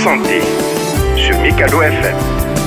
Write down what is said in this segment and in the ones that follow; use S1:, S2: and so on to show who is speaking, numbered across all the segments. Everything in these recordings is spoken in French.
S1: santé sur Mikado FM.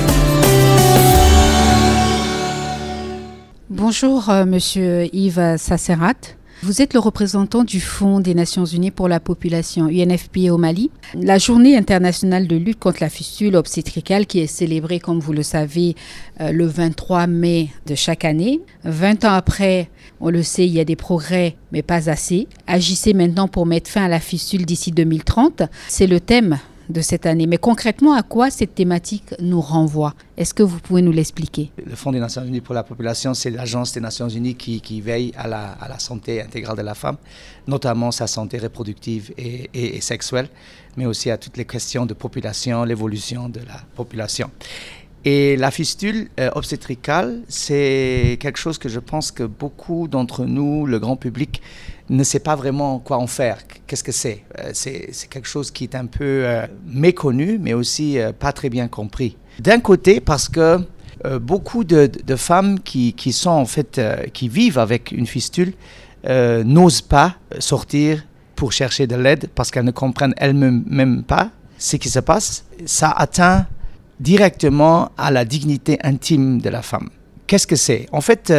S2: Bonjour, Monsieur Yves Sasserat. Vous êtes le représentant du Fonds des Nations Unies pour la population, UNFPA au Mali. La journée internationale de lutte contre la fistule obstétricale qui est célébrée, comme vous le savez, le 23 mai de chaque année. 20 ans après, on le sait, il y a des progrès, mais pas assez. Agissez maintenant pour mettre fin à la fistule d'ici 2030. C'est le thème de cette année. Mais concrètement, à quoi cette thématique nous renvoie? Est-ce que vous pouvez nous l'expliquer?
S3: Le Fonds des Nations Unies pour la population, c'est l'agence des Nations Unies qui veille à la santé intégrale de la femme, notamment sa santé reproductive et sexuelle, mais aussi à toutes les questions de population, l'évolution de la population. Et la fistule obstétricale, c'est quelque chose que je pense que beaucoup d'entre nous, le grand public, ne sait pas vraiment quoi en faire. Qu'est-ce que c'est? C'est quelque chose qui est un peu méconnu, mais aussi pas très bien compris. D'un côté, parce que beaucoup de femmes qui sont en fait, qui vivent avec une fistule, n'osent pas sortir pour chercher de l'aide parce qu'elles ne comprennent elles-mêmes pas ce qui se passe. Ça atteint directement à la dignité intime de la femme. Qu'est-ce que c'est? En fait,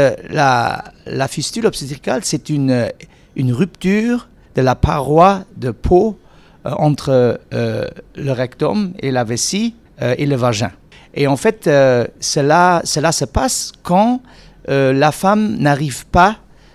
S3: la fistule obstétricale, c'est une rupture de la paroi de peau entre le rectum et la vessie et le vagin. Et en fait, cela se passe quand la femme n'arrive pas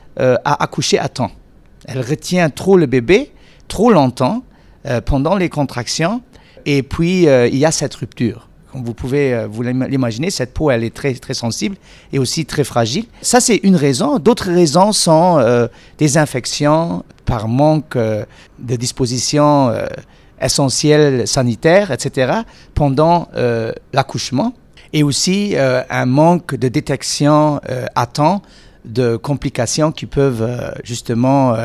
S3: à accoucher à temps. Elle retient trop le bébé, trop longtemps, pendant les contractions, et puis il y a cette rupture. Comme vous pouvez vous l'imaginer, cette peau, elle est très, très sensible et aussi très fragile. Ça, c'est une raison. D'autres raisons sont des infections par manque de dispositions essentielles sanitaires, etc., pendant l'accouchement. Et aussi un manque de détection à temps de complications qui peuvent justement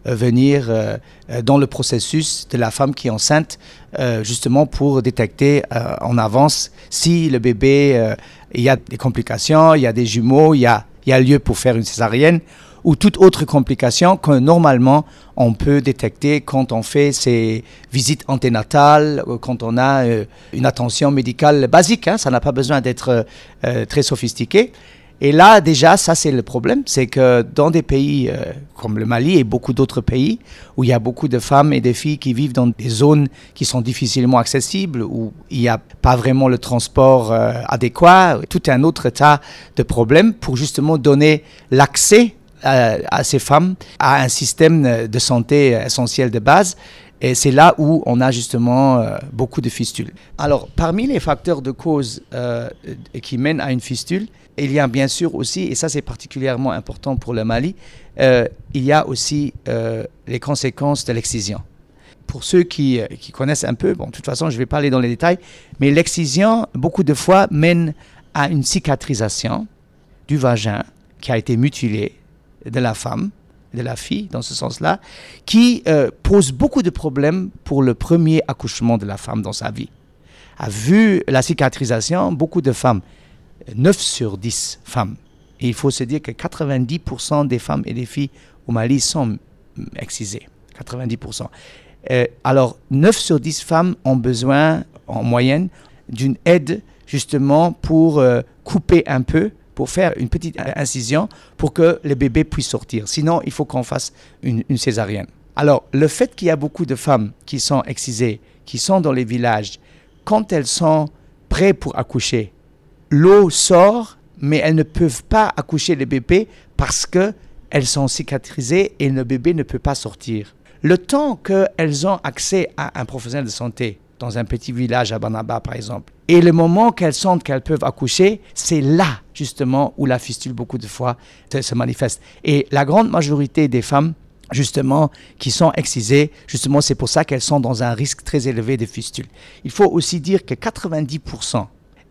S3: venir dans le processus de la femme qui est enceinte, justement pour détecter en avance si le bébé, il y a des complications, il y a des jumeaux, il y a lieu pour faire une césarienne ou toute autre complication que normalement on peut détecter quand on fait ces visites anténatales, quand on a une attention médicale basique, hein, ça n'a pas besoin d'être très sophistiqué. Et là, déjà, ça, c'est le problème, c'est que dans des pays comme le Mali et beaucoup d'autres pays, où il y a beaucoup de femmes et de filles qui vivent dans des zones qui sont difficilement accessibles, où il n'y a pas vraiment le transport adéquat, tout un autre tas de problèmes pour justement donner l'accès à ces femmes à un système de santé essentiel de base. Et c'est là où on a justement beaucoup de fistules. Alors, parmi les facteurs de cause qui mènent à une fistule, il y a bien sûr aussi, et ça c'est particulièrement important pour le Mali, il y a aussi les conséquences de l'excision. Pour ceux qui connaissent un peu, bon, de toute façon je ne vais pas aller dans les détails, mais l'excision, beaucoup de fois, mène à une cicatrisation du vagin qui a été mutilé de la femme, de la fille, dans ce sens-là, qui pose beaucoup de problèmes pour le premier accouchement de la femme dans sa vie. Vu la cicatrisation, beaucoup de femmes, 9 sur 10 femmes, et il faut se dire que 90% des femmes et des filles au Mali sont excisées, 90%. Alors, 9 sur 10 femmes ont besoin, en moyenne, d'une aide justement pour couper un peu, pour faire une petite incision pour que le bébé puisse sortir. Sinon, il faut qu'on fasse une césarienne. Alors, le fait qu'il y a beaucoup de femmes qui sont excisées, qui sont dans les villages, quand elles sont prêtes pour accoucher, l'eau sort, mais elles ne peuvent pas accoucher le bébé parce qu'elles sont cicatrisées et le bébé ne peut pas sortir. Le temps qu'elles ont accès à un professionnel de santé, dans un petit village à Banaba par exemple, et le moment qu'elles sentent qu'elles peuvent accoucher, c'est là justement où la fistule beaucoup de fois se manifeste. Et la grande majorité des femmes justement qui sont excisées, justement c'est pour ça qu'elles sont dans un risque très élevé de fistule. Il faut aussi dire que 90%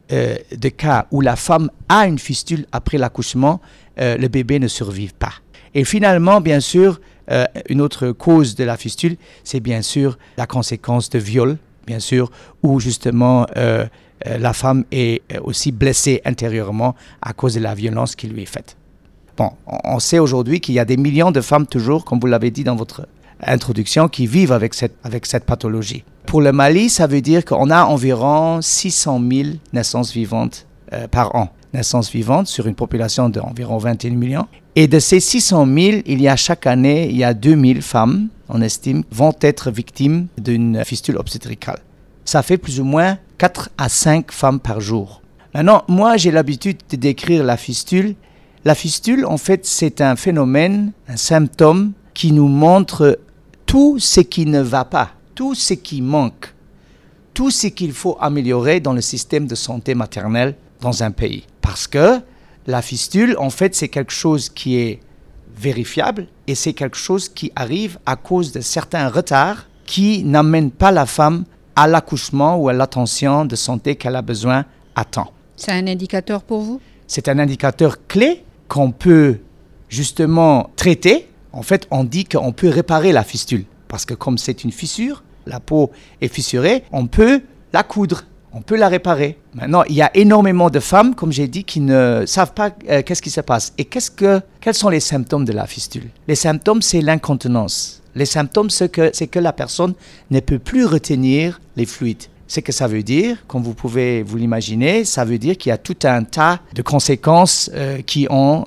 S3: de cas où la femme a une fistule après l'accouchement, le bébé ne survit pas. Et finalement, bien sûr, une autre cause de la fistule, c'est bien sûr la conséquence de viol, bien sûr, où justement la femme est aussi blessée intérieurement à cause de la violence qui lui est faite. Bon, on sait aujourd'hui qu'il y a des millions de femmes toujours, comme vous l'avez dit dans votre introduction, qui vivent avec cette pathologie. Pour le Mali, ça veut dire qu'on a environ 600 000 naissances vivantes par an. Naissances vivantes sur une population d'environ 21 millions. Et de ces 600 000, chaque année, il y a 2000 femmes, on estime, vont être victimes d'une fistule obstétricale. Ça fait plus ou moins 4 à 5 femmes par jour. Maintenant, moi, j'ai l'habitude de décrire la fistule. La fistule, en fait, c'est un phénomène, un symptôme qui nous montre tout ce qui ne va pas, tout ce qui manque, tout ce qu'il faut améliorer dans le système de santé maternelle dans un pays. Parce que la fistule, en fait, c'est quelque chose qui est vérifiable et c'est quelque chose qui arrive à cause de certains retards qui n'amènent pas la femme à l'accouchement ou à l'attention de santé qu'elle a besoin à temps.
S2: C'est un indicateur pour vous ?
S3: C'est un indicateur clé qu'on peut justement traiter. En fait, on dit qu'on peut réparer la fistule. Parce que comme c'est une fissure, la peau est fissurée, on peut la coudre, on peut la réparer. Maintenant, il y a énormément de femmes, comme j'ai dit, qui ne savent pas qu'est-ce qui se passe. Et quels sont les symptômes de la fistule ? Les symptômes, c'est l'incontinence. Les symptômes, c'est que la personne ne peut plus retenir les fluides. Ce que ça veut dire, comme vous pouvez vous l'imaginer, ça veut dire qu'il y a tout un tas de conséquences qui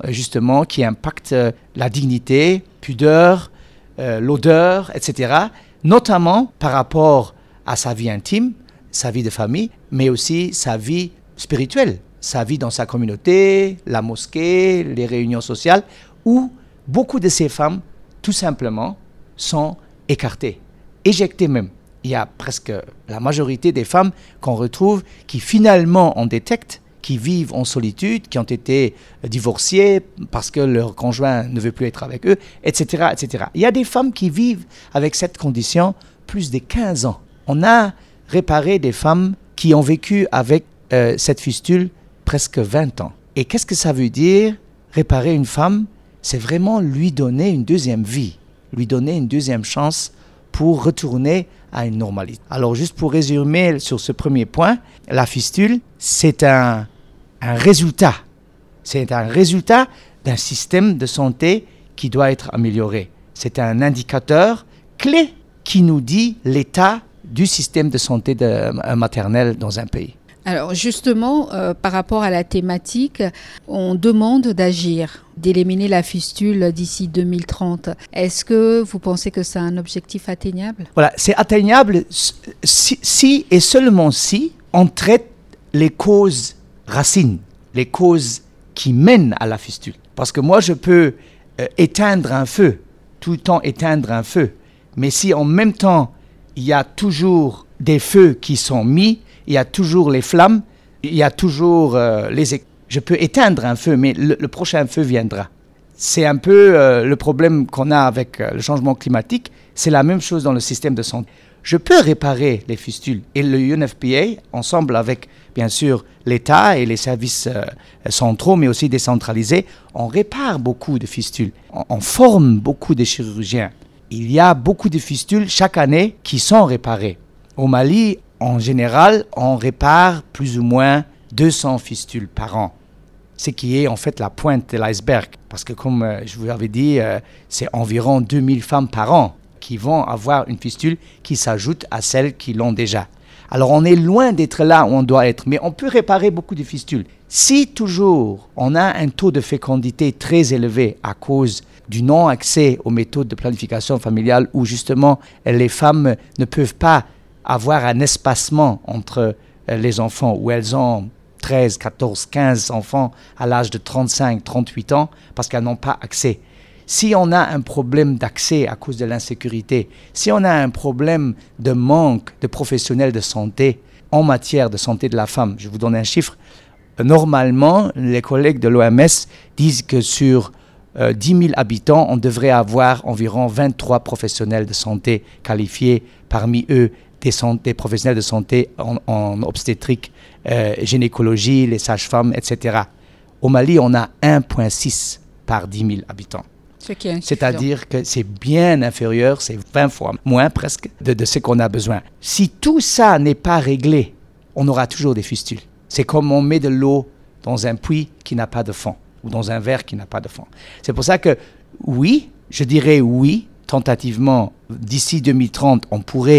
S3: impactent la dignité, pudeur, l'odeur, etc. Notamment par rapport à sa vie intime, sa vie de famille, mais aussi sa vie spirituelle, sa vie dans sa communauté, la mosquée, les réunions sociales, où beaucoup de ces femmes, tout simplement, sont écartées, éjectées même. Il y a presque la majorité des femmes qu'on retrouve qui finalement on détecte, qui vivent en solitude, qui ont été divorcées parce que leur conjoint ne veut plus être avec eux, etc., etc. Il y a des femmes qui vivent avec cette condition plus de 15 ans. On a réparé des femmes qui ont vécu avec cette fistule presque 20 ans. Et qu'est-ce que ça veut dire, réparer une femme ? C'est vraiment lui donner une deuxième vie, lui donner une deuxième chance pour retourner à une normalité. Alors, juste pour résumer sur ce premier point, la fistule, c'est un résultat. C'est un résultat d'un système de santé qui doit être amélioré. C'est un indicateur clé qui nous dit l'état du système de santé maternelle dans un pays.
S2: Alors justement, par rapport à la thématique, on demande d'agir, d'éliminer la fistule d'ici 2030. Est-ce que vous pensez que c'est un objectif atteignable ?
S3: Voilà, c'est atteignable si et seulement si on traite les causes racines, les causes qui mènent à la fistule. Parce que moi, je peux éteindre un feu, tout le temps éteindre un feu. Mais si en même temps, il y a toujours des feux qui sont mis, il y a toujours les flammes, il y a toujours je peux éteindre un feu, mais le prochain feu viendra. C'est un peu le problème qu'on a avec le changement climatique. C'est la même chose dans le système de santé. Je peux réparer les fistules. Et le UNFPA, ensemble avec, bien sûr, l'État et les services centraux, mais aussi décentralisés, on répare beaucoup de fistules. On forme beaucoup de chirurgiens. Il y a beaucoup de fistules chaque année qui sont réparées. Au Mali, en général, on répare plus ou moins 200 fistules par an, ce qui est en fait la pointe de l'iceberg. Parce que comme je vous l'avais dit, c'est environ 2000 femmes par an qui vont avoir une fistule qui s'ajoute à celles qui l'ont déjà. Alors on est loin d'être là où on doit être, mais on peut réparer beaucoup de fistules. Si toujours on a un taux de fécondité très élevé à cause du non-accès aux méthodes de planification familiale où justement les femmes ne peuvent pas avoir un espacement entre les enfants, où elles ont 13, 14, 15 enfants à l'âge de 35, 38 ans, parce qu'elles n'ont pas accès. Si on a un problème d'accès à cause de l'insécurité, si on a un problème de manque de professionnels de santé en matière de santé de la femme, je vous donne un chiffre, normalement, les collègues de l'OMS disent que sur 10 000 habitants, on devrait avoir environ 23 professionnels de santé qualifiés, parmi eux des professionnels de santé en obstétrique, gynécologie, les sages-femmes, etc. Au Mali, on a 1,6 par 10 000 habitants. C'est-à-dire que c'est bien inférieur, c'est 20 fois moins presque de ce qu'on a besoin. Si tout ça n'est pas réglé, on aura toujours des fistules. C'est comme on met de l'eau dans un puits qui n'a pas de fond ou dans un verre qui n'a pas de fond. C'est pour ça que oui, je dirais oui, tentativement, d'ici 2030, on pourrait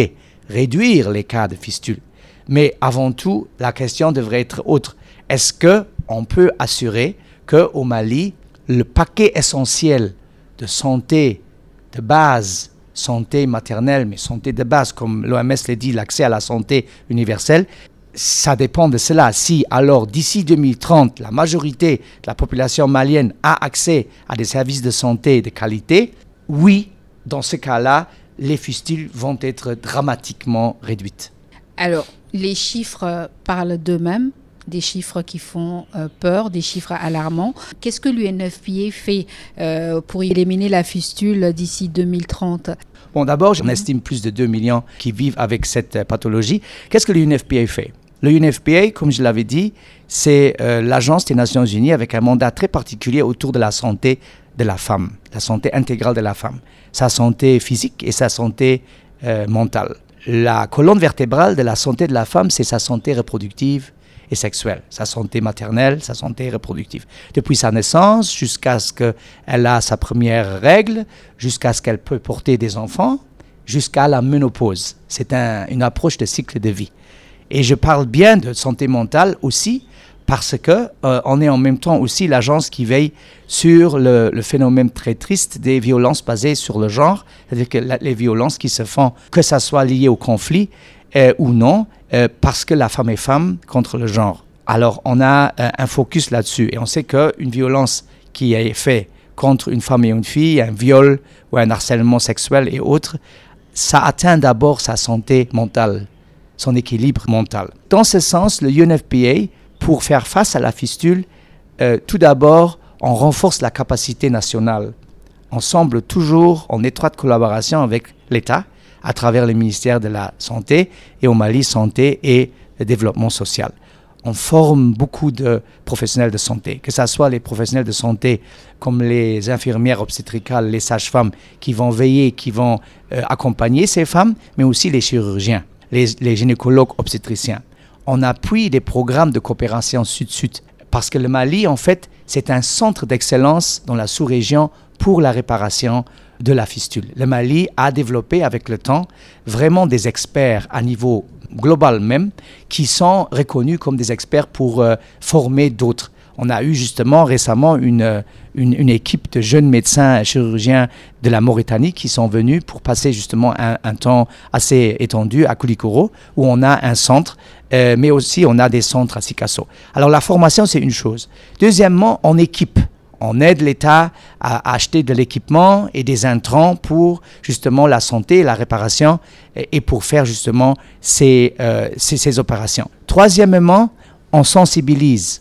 S3: réduire les cas de fistule. Mais avant tout, la question devrait être autre. Est-ce qu'on peut assurer qu'au Mali, le paquet essentiel de santé de base, santé maternelle, mais santé de base, comme l'OMS l'a dit, l'accès à la santé universelle, ça dépend de cela. Si alors d'ici 2030, la majorité de la population malienne a accès à des services de santé de qualité, oui, dans ce cas-là, les fistules vont être dramatiquement réduites.
S2: Alors, les chiffres parlent d'eux-mêmes, des chiffres qui font peur, des chiffres alarmants. Qu'est-ce que l'UNFPA fait pour éliminer la fistule d'ici 2030 ?
S3: Bon, d'abord, on estime plus de 2 millions qui vivent avec cette pathologie. Qu'est-ce que l'UNFPA fait ? L'UNFPA, comme je l'avais dit, c'est l'agence des Nations Unies avec un mandat très particulier autour de la santé de la femme, la santé intégrale de la femme, sa santé physique et sa santé mentale. La colonne vertébrale de la santé de la femme, c'est sa santé reproductive et sexuelle, sa santé maternelle, sa santé reproductive. Depuis sa naissance jusqu'à ce qu'elle a sa première règle, jusqu'à ce qu'elle peut porter des enfants, jusqu'à la ménopause. C'est une approche de cycle de vie. Et je parle bien de santé mentale aussi parce qu'on est en même temps aussi l'agence qui veille sur le phénomène très triste des violences basées sur le genre, c'est-à-dire que les violences qui se font, que ça soit lié au conflit ou non, parce que la femme est femme contre le genre. Alors on a un focus là-dessus et on sait qu'une violence qui est faite contre une femme et une fille, un viol ou un harcèlement sexuel et autres, ça atteint d'abord sa santé mentale, son équilibre mental. Dans ce sens, le UNFPA, pour faire face à la fistule, tout d'abord, on renforce la capacité nationale. On semble toujours en étroite collaboration avec l'État, à travers le ministère de la Santé et au Mali, Santé et Développement social. On forme beaucoup de professionnels de santé, que ce soit les professionnels de santé comme les infirmières obstétricales, les sages-femmes qui vont veiller, qui vont accompagner ces femmes, mais aussi les chirurgiens, les gynécologues obstétriciens. On appuie des programmes de coopération sud-sud parce que le Mali, en fait, c'est un centre d'excellence dans la sous-région pour la réparation de la fistule. Le Mali a développé avec le temps vraiment des experts à niveau global même qui sont reconnus comme des experts pour former d'autres. On a eu justement récemment une équipe de jeunes médecins chirurgiens de la Mauritanie qui sont venus pour passer justement un temps assez étendu à Koulikoro où on a un centre, mais aussi on a des centres à Sikasso. Alors la formation c'est une chose. Deuxièmement, on équipe. On aide l'État à acheter de l'équipement et des intrants pour justement la santé, la réparation et pour faire justement ces opérations. Troisièmement, on sensibilise,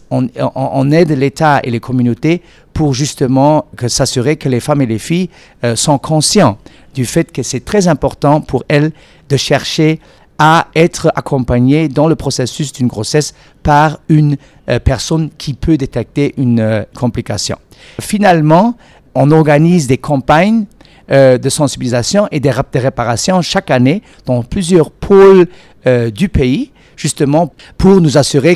S3: on aide l'État et les communautés pour justement s'assurer que les femmes et les filles sont conscients du fait que c'est très important pour elles de chercher à être accompagnées dans le processus d'une grossesse par une personne qui peut détecter une complication. Finalement, on organise des campagnes de sensibilisation et des réparations chaque année dans plusieurs pôles du pays, justement pour nous assurer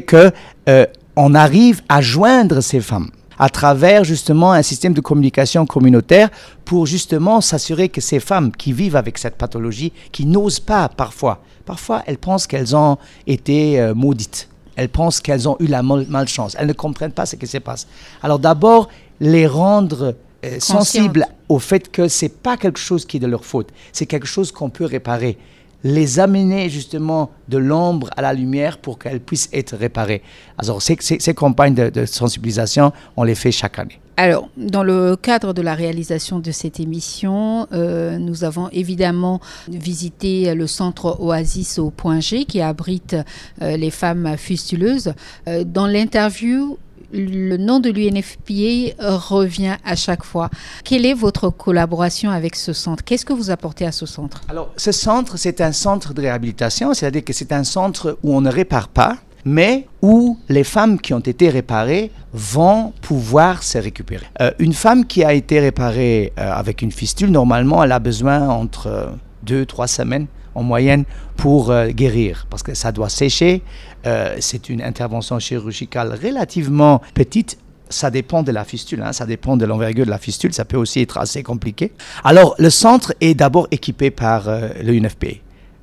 S3: qu'on arrive à joindre ces femmes à travers justement un système de communication communautaire pour justement s'assurer que ces femmes qui vivent avec cette pathologie, qui n'osent pas parfois elles pensent qu'elles ont été maudites, elles pensent qu'elles ont eu la malchance, elles ne comprennent pas ce qui se passe. Alors d'abord, les rendre sensibles au fait que ce n'est pas quelque chose qui est de leur faute, c'est quelque chose qu'on peut réparer. Les amener justement de l'ombre à la lumière pour qu'elles puissent être réparées. Alors ces campagnes de sensibilisation, on les fait chaque année.
S2: Alors, dans le cadre de la réalisation de cette émission, nous avons évidemment visité le centre Oasis au Point G qui abrite les femmes fistuleuses. Dans l'interview, le nom de l'UNFPA revient à chaque fois. Quelle est votre collaboration avec ce centre ? Qu'est-ce que vous apportez à ce centre ?
S3: Alors, ce centre, c'est un centre de réhabilitation, c'est-à-dire que c'est un centre où on ne répare pas, mais où les femmes qui ont été réparées vont pouvoir se récupérer. Une femme qui a été réparée avec une fistule, normalement, elle a besoin entre 2-3 semaines en moyenne pour guérir, parce que ça doit sécher. C'est une intervention chirurgicale relativement petite. Ça dépend de la fistule, ça dépend de l'envergure de la fistule. Ça peut aussi être assez compliqué. Alors, le centre est d'abord équipé par le UNFPA.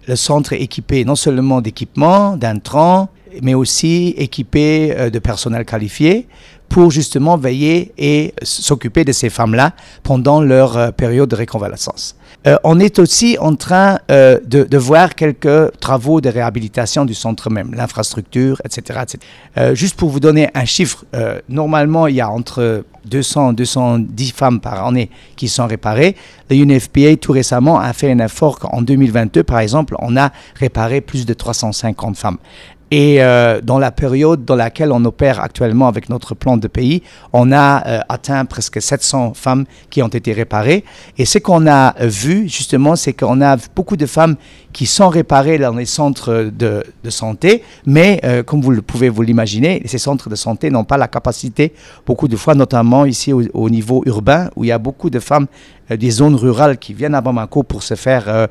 S3: le centre est équipé non seulement d'équipements, d'intrants, mais aussi équipé de personnel qualifié pour justement veiller et s'occuper de ces femmes-là pendant leur période de réconvalescence. On est aussi en train de voir quelques travaux de réhabilitation du centre même, l'infrastructure, etc. etc. Juste pour vous donner un chiffre, normalement, il y a entre 200 et 210 femmes par année qui sont réparées. Le UNFPA, tout récemment, a fait un effort qu'en 2022, par exemple, on a réparé plus de 350 femmes. Et dans la période dans laquelle on opère actuellement avec notre plan de pays, on a atteint presque 700 femmes qui ont été réparées. Et ce qu'on a vu, justement, c'est qu'on a beaucoup de femmes qui sont réparées dans les centres de santé, mais comme vous pouvez vous l'imaginer, ces centres de santé n'ont pas la capacité, beaucoup de fois, notamment ici au niveau urbain, où il y a beaucoup de femmes des zones rurales qui viennent à Bamako pour se faire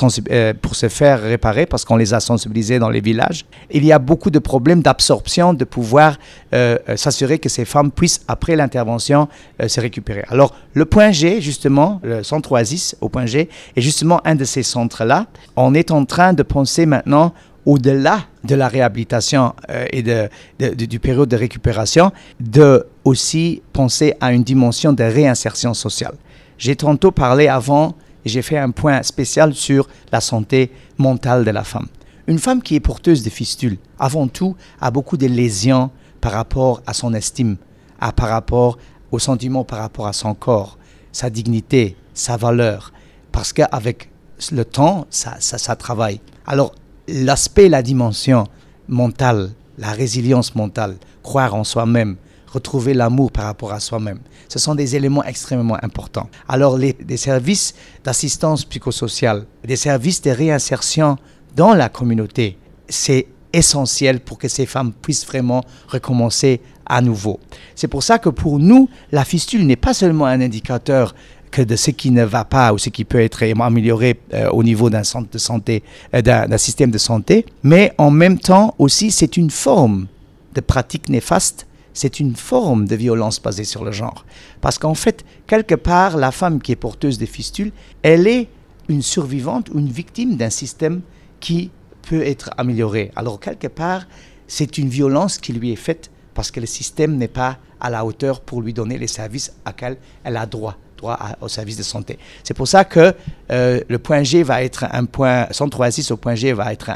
S3: réparer parce qu'on les a sensibilisés dans les villages. Il y a beaucoup de problèmes d'absorption, de pouvoir s'assurer que ces femmes puissent, après l'intervention, se récupérer. Alors, le point G, justement, le centre Oasis au point G, est justement un de ces centres-là. On est en train de penser maintenant au-delà de la réhabilitation et du période de récupération, de aussi penser à une dimension de réinsertion sociale. J'ai tantôt parlé avant, et j'ai fait un point spécial sur la santé mentale de la femme. Une femme qui est porteuse de fistules, avant tout, a beaucoup de lésions par rapport à son estime, par rapport au sentiment, par rapport à son corps, sa dignité, sa valeur. Parce qu'avec le temps, ça travaille. Alors, l'aspect, la dimension mentale, la résilience mentale, croire en soi-même, retrouver l'amour par rapport à soi-même. Ce sont des éléments extrêmement importants. Alors, des services d'assistance psychosociale, des services de réinsertion dans la communauté, c'est essentiel pour que ces femmes puissent vraiment recommencer à nouveau. C'est pour ça que pour nous, la fistule n'est pas seulement un indicateur que de ce qui ne va pas ou ce qui peut être amélioré au niveau d'un centre de santé, d'un système de santé, mais en même temps aussi, c'est une forme de pratique néfaste. C'est une forme de violence basée sur le genre. Parce qu'en fait, quelque part, la femme qui est porteuse de fistules, elle est une survivante ou une victime d'un système qui peut être amélioré. Alors, quelque part, c'est une violence qui lui est faite parce que le système n'est pas à la hauteur pour lui donner les services auxquels elle a droit au service de santé. C'est pour ça que le point G va être un point, centre Oasis au point G va être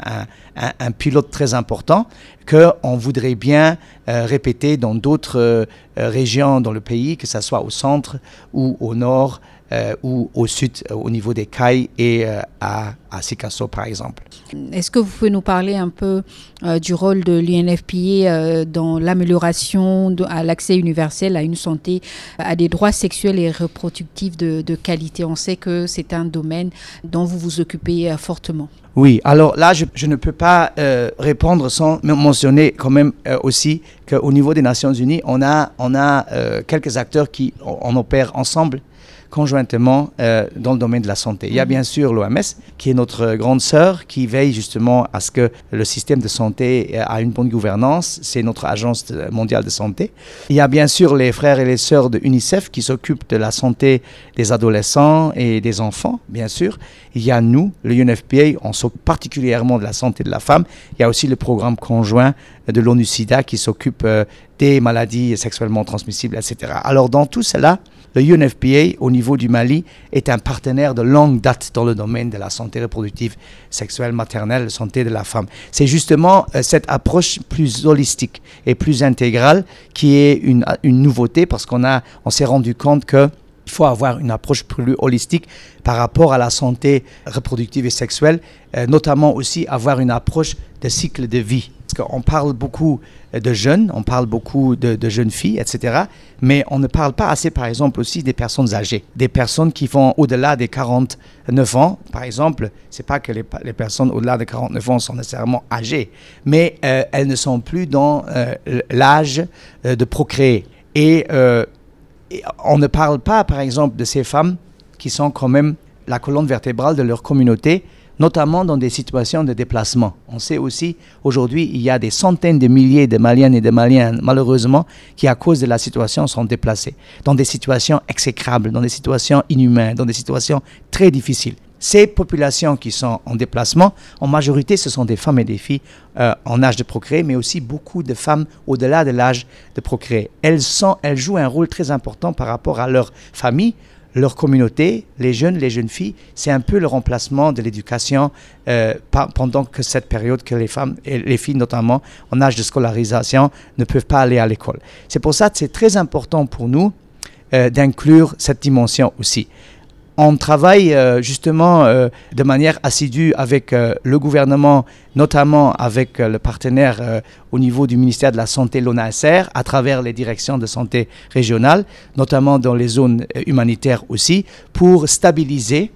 S3: un pilote très important qu'on voudrait bien répéter dans d'autres régions dans le pays, que ce soit au centre ou au nord ou au sud, au niveau des Cailles et à Sikasso, par exemple.
S2: Est-ce que vous pouvez nous parler un peu du rôle de l'UNFPA dans l'amélioration à l'accès universel à une santé, à des droits sexuels et reproductifs de qualité? On sait que c'est un domaine dont vous vous occupez fortement.
S3: Oui, alors là, je ne peux pas répondre sans mentionner quand même aussi qu'au niveau des Nations Unies, on a quelques acteurs qui on opère ensemble, conjointement dans le domaine de la santé. Il y a bien sûr l'OMS, qui est notre grande sœur, qui veille justement à ce que le système de santé a une bonne gouvernance. C'est notre agence mondiale de santé. Il y a bien sûr les frères et les sœurs de UNICEF qui s'occupent de la santé des adolescents et des enfants, bien sûr. Il y a nous, le UNFPA, on s'occupe particulièrement de la santé de la femme. Il y a aussi le programme conjoint de l'ONU-SIDA qui s'occupe des maladies sexuellement transmissibles, etc. Alors dans tout cela, le UNFPA, au niveau du Mali, est un partenaire de longue date dans le domaine de la santé reproductive, sexuelle, maternelle, la santé de la femme. C'est justement cette approche plus holistique et plus intégrale qui est une nouveauté parce qu'on s'est rendu compte qu'il faut avoir une approche plus holistique par rapport à la santé reproductive et sexuelle, notamment aussi avoir une approche de cycle de vie. Parce qu'on parle beaucoup de jeunes, on parle beaucoup de jeunes filles, etc. Mais on ne parle pas assez, par exemple, aussi des personnes âgées. Des personnes qui vont au-delà des 49 ans, par exemple. Ce n'est pas que les personnes au-delà de 49 ans sont nécessairement âgées, mais elles ne sont plus dans l'âge de procréer. Et on ne parle pas, par exemple, de ces femmes qui sont quand même la colonne vertébrale de leur communauté, notamment dans des situations de déplacement. On sait aussi, aujourd'hui, il y a des centaines de milliers de Maliennes et de Maliens, malheureusement, qui, à cause de la situation, sont déplacés, dans des situations exécrables, dans des situations inhumaines, dans des situations très difficiles. Ces populations qui sont en déplacement, en majorité, ce sont des femmes et des filles en âge de procréer, mais aussi beaucoup de femmes au-delà de l'âge de procréer. Elles jouent un rôle très important par rapport à leur famille, leur communauté, les jeunes filles. C'est un peu le remplacement de l'éducation pendant que cette période que les femmes et les filles, notamment en âge de scolarisation, ne peuvent pas aller à l'école. C'est pour ça que c'est très important pour nous d'inclure cette dimension aussi. On travaille justement de manière assidue avec le gouvernement, notamment avec le partenaire au niveau du ministère de la Santé, l'ONASR, à travers les directions de santé régionales, notamment dans les zones humanitaires aussi, pour stabiliser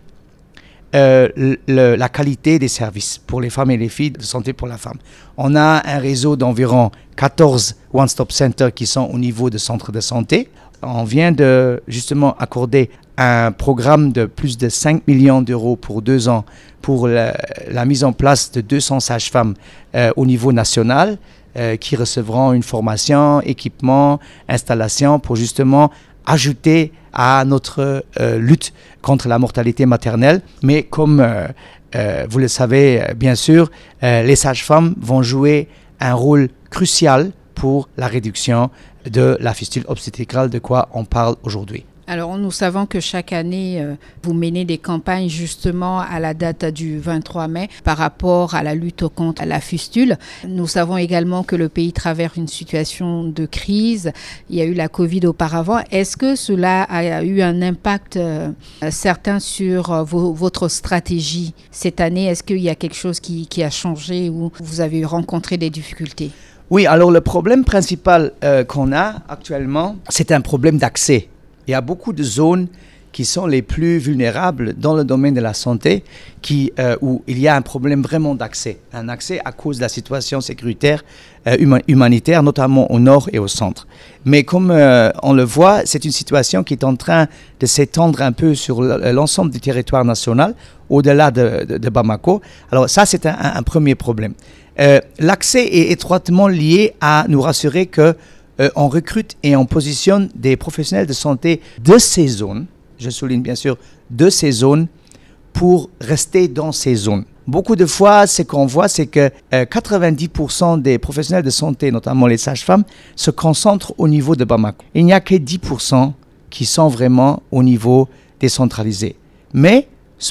S3: la qualité des services pour les femmes et les filles de santé pour la femme. On a un réseau d'environ 14 one-stop centers qui sont au niveau de centres de santé. On vient de justement accorder un programme de plus de 5 millions d'euros pour 2 ans pour la mise en place de 200 sages-femmes au niveau national qui recevront une formation, équipement, installation pour justement ajouter à notre lutte contre la mortalité maternelle. Mais comme vous le savez bien sûr, les sages-femmes vont jouer un rôle crucial pour la réduction de la fistule obstétricale, de quoi on parle aujourd'hui.
S2: Alors, nous savons que chaque année, vous menez des campagnes justement à la date du 23 mai par rapport à la lutte contre la fistule. Nous savons également que le pays traverse une situation de crise. Il y a eu la Covid auparavant. Est-ce que cela a eu un impact certain sur votre stratégie cette année? Est-ce qu'il y a quelque chose qui a changé ou vous avez rencontré des difficultés?
S3: Oui, alors le problème principal qu'on a actuellement, c'est un problème d'accès. Il y a beaucoup de zones qui sont les plus vulnérables dans le domaine de la santé où il y a un problème vraiment d'accès. Un accès à cause de la situation sécuritaire humanitaire, notamment au nord et au centre. Mais comme on le voit, c'est une situation qui est en train de s'étendre un peu sur l'ensemble du territoire national, au-delà de Bamako. Alors ça, c'est un premier problème. L'accès est étroitement lié à nous rassurer que on recrute et on positionne des professionnels de santé de ces zones, je souligne bien sûr, de ces zones, pour rester dans ces zones. Beaucoup de fois, ce qu'on voit, c'est que 90% des professionnels de santé, notamment les sages-femmes, se concentrent au niveau de Bamako. Il n'y a que 10% qui sont vraiment au niveau décentralisé. Mais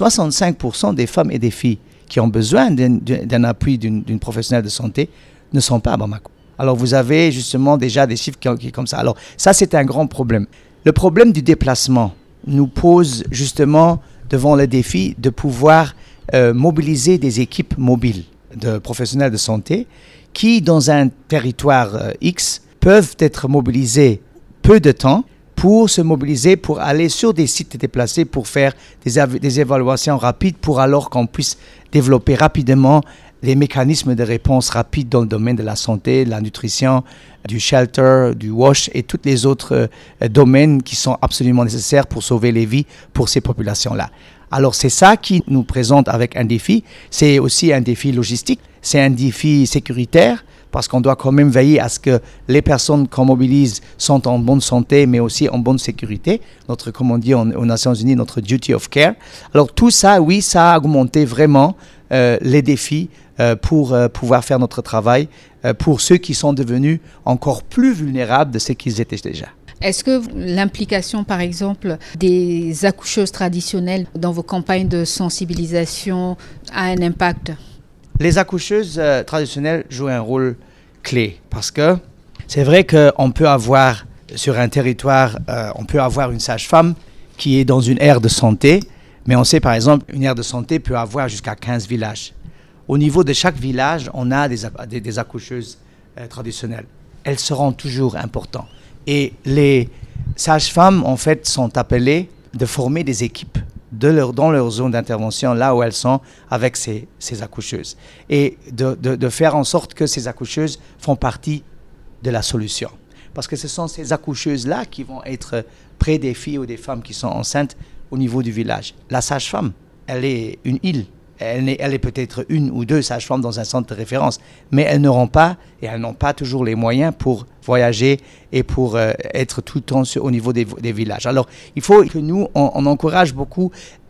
S3: 65% des femmes et des filles qui ont besoin d'un appui d'une professionnelle de santé ne sont pas à Bamako. Alors, vous avez justement déjà des chiffres qui comme ça. Alors, ça, c'est un grand problème. Le problème du déplacement nous pose justement devant le défi de pouvoir mobiliser des équipes mobiles de professionnels de santé qui, dans un territoire X, peuvent être mobilisés peu de temps pour se mobiliser, pour aller sur des sites déplacés, pour faire des évaluations rapides, pour alors qu'on puisse développer rapidement les mécanismes de réponse rapide dans le domaine de la santé, de la nutrition, du shelter, du WASH et tous les autres domaines qui sont absolument nécessaires pour sauver les vies pour ces populations-là. Alors c'est ça qui nous présente avec un défi. C'est aussi un défi logistique, c'est un défi sécuritaire parce qu'on doit quand même veiller à ce que les personnes qu'on mobilise sont en bonne santé mais aussi en bonne sécurité. Comme on dit aux Nations Unies, notre duty of care. Alors tout ça, oui, ça a augmenté vraiment les défis pour pouvoir faire notre travail pour ceux qui sont devenus encore plus vulnérables de ce qu'ils étaient déjà.
S2: Est-ce que l'implication, par exemple, des accoucheuses traditionnelles dans vos campagnes de sensibilisation a un impact?
S3: Les accoucheuses traditionnelles jouent un rôle clé parce que c'est vrai qu'on peut avoir sur un territoire, on peut avoir une sage-femme qui est dans une aire de santé, mais on sait par exemple une aire de santé peut avoir jusqu'à 15 villages. Au niveau de chaque village, on a des accoucheuses traditionnelles. Elles seront toujours importantes. Et les sages-femmes, en fait, sont appelées de former des équipes dans leur zone d'intervention, là où elles sont, avec ces accoucheuses. Et de faire en sorte que ces accoucheuses font partie de la solution. Parce que ce sont ces accoucheuses-là qui vont être près des filles ou des femmes qui sont enceintes au niveau du village. La sage-femme, elle est une île. Elle est peut-être une ou deux sages-femmes dans un centre de référence, mais elles n'ont pas toujours les moyens pour voyager et pour être tout le temps au niveau des villages. Alors, il faut que nous, on encourage beaucoup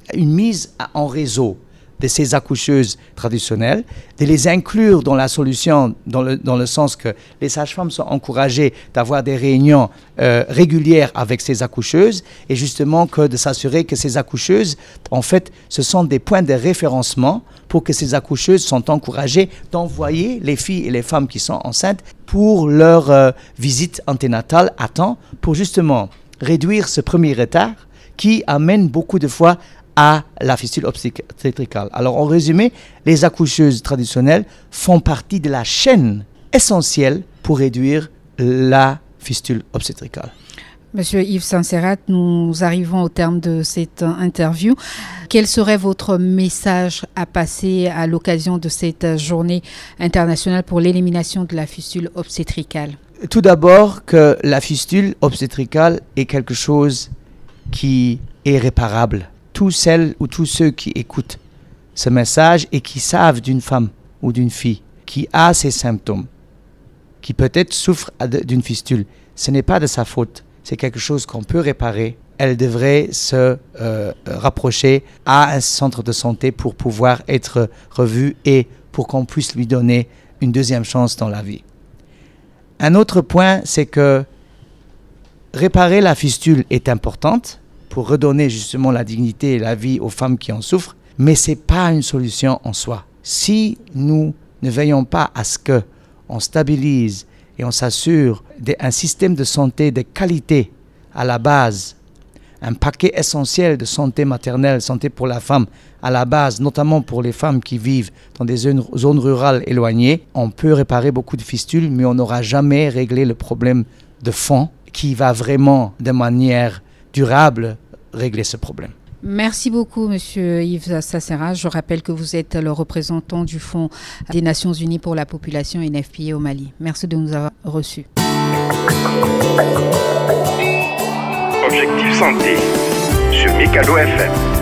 S3: une mise en réseau de ces accoucheuses traditionnelles, de les inclure dans la solution, dans le sens que les sages-femmes sont encouragées d'avoir des réunions régulières avec ces accoucheuses, et justement de s'assurer que ces accoucheuses, en fait, ce sont des points de référencement pour que ces accoucheuses sont encouragées d'envoyer les filles et les femmes qui sont enceintes pour leur visite anténatale à temps, pour justement réduire ce premier retard qui amène beaucoup de fois à la fistule obstétricale. Alors, en résumé, les accoucheuses traditionnelles font partie de la chaîne essentielle pour réduire la fistule obstétricale.
S2: Monsieur Yves Sancerat, nous arrivons au terme de cette interview. Quel serait votre message à passer à l'occasion de cette journée internationale pour l'élimination de la fistule obstétricale?
S3: Tout d'abord, que la fistule obstétricale est quelque chose qui est réparable. Tous celles ou tous ceux qui écoutent ce message et qui savent d'une femme ou d'une fille qui a ces symptômes, qui peut-être souffre d'une fistule, ce n'est pas de sa faute, c'est quelque chose qu'on peut réparer. Elle devrait se rapprocher à un centre de santé pour pouvoir être revue et pour qu'on puisse lui donner une deuxième chance dans la vie. Un autre point, c'est que réparer la fistule est importante pour redonner justement la dignité et la vie aux femmes qui en souffrent, mais ce n'est pas une solution en soi. Si nous ne veillons pas à ce qu'on stabilise et on s'assure d'un système de santé de qualité à la base, un paquet essentiel de santé maternelle, santé pour la femme à la base, notamment pour les femmes qui vivent dans des zones rurales éloignées, on peut réparer beaucoup de fistules, mais on n'aura jamais réglé le problème de fond qui va vraiment de manière durable régler ce problème.
S2: Merci beaucoup, Monsieur Yves Sancerat. Je rappelle que vous êtes le représentant du Fonds des Nations Unies pour la population UNFPA au Mali. Merci de nous avoir reçus.
S1: Objectif Santé sur Mikado FM.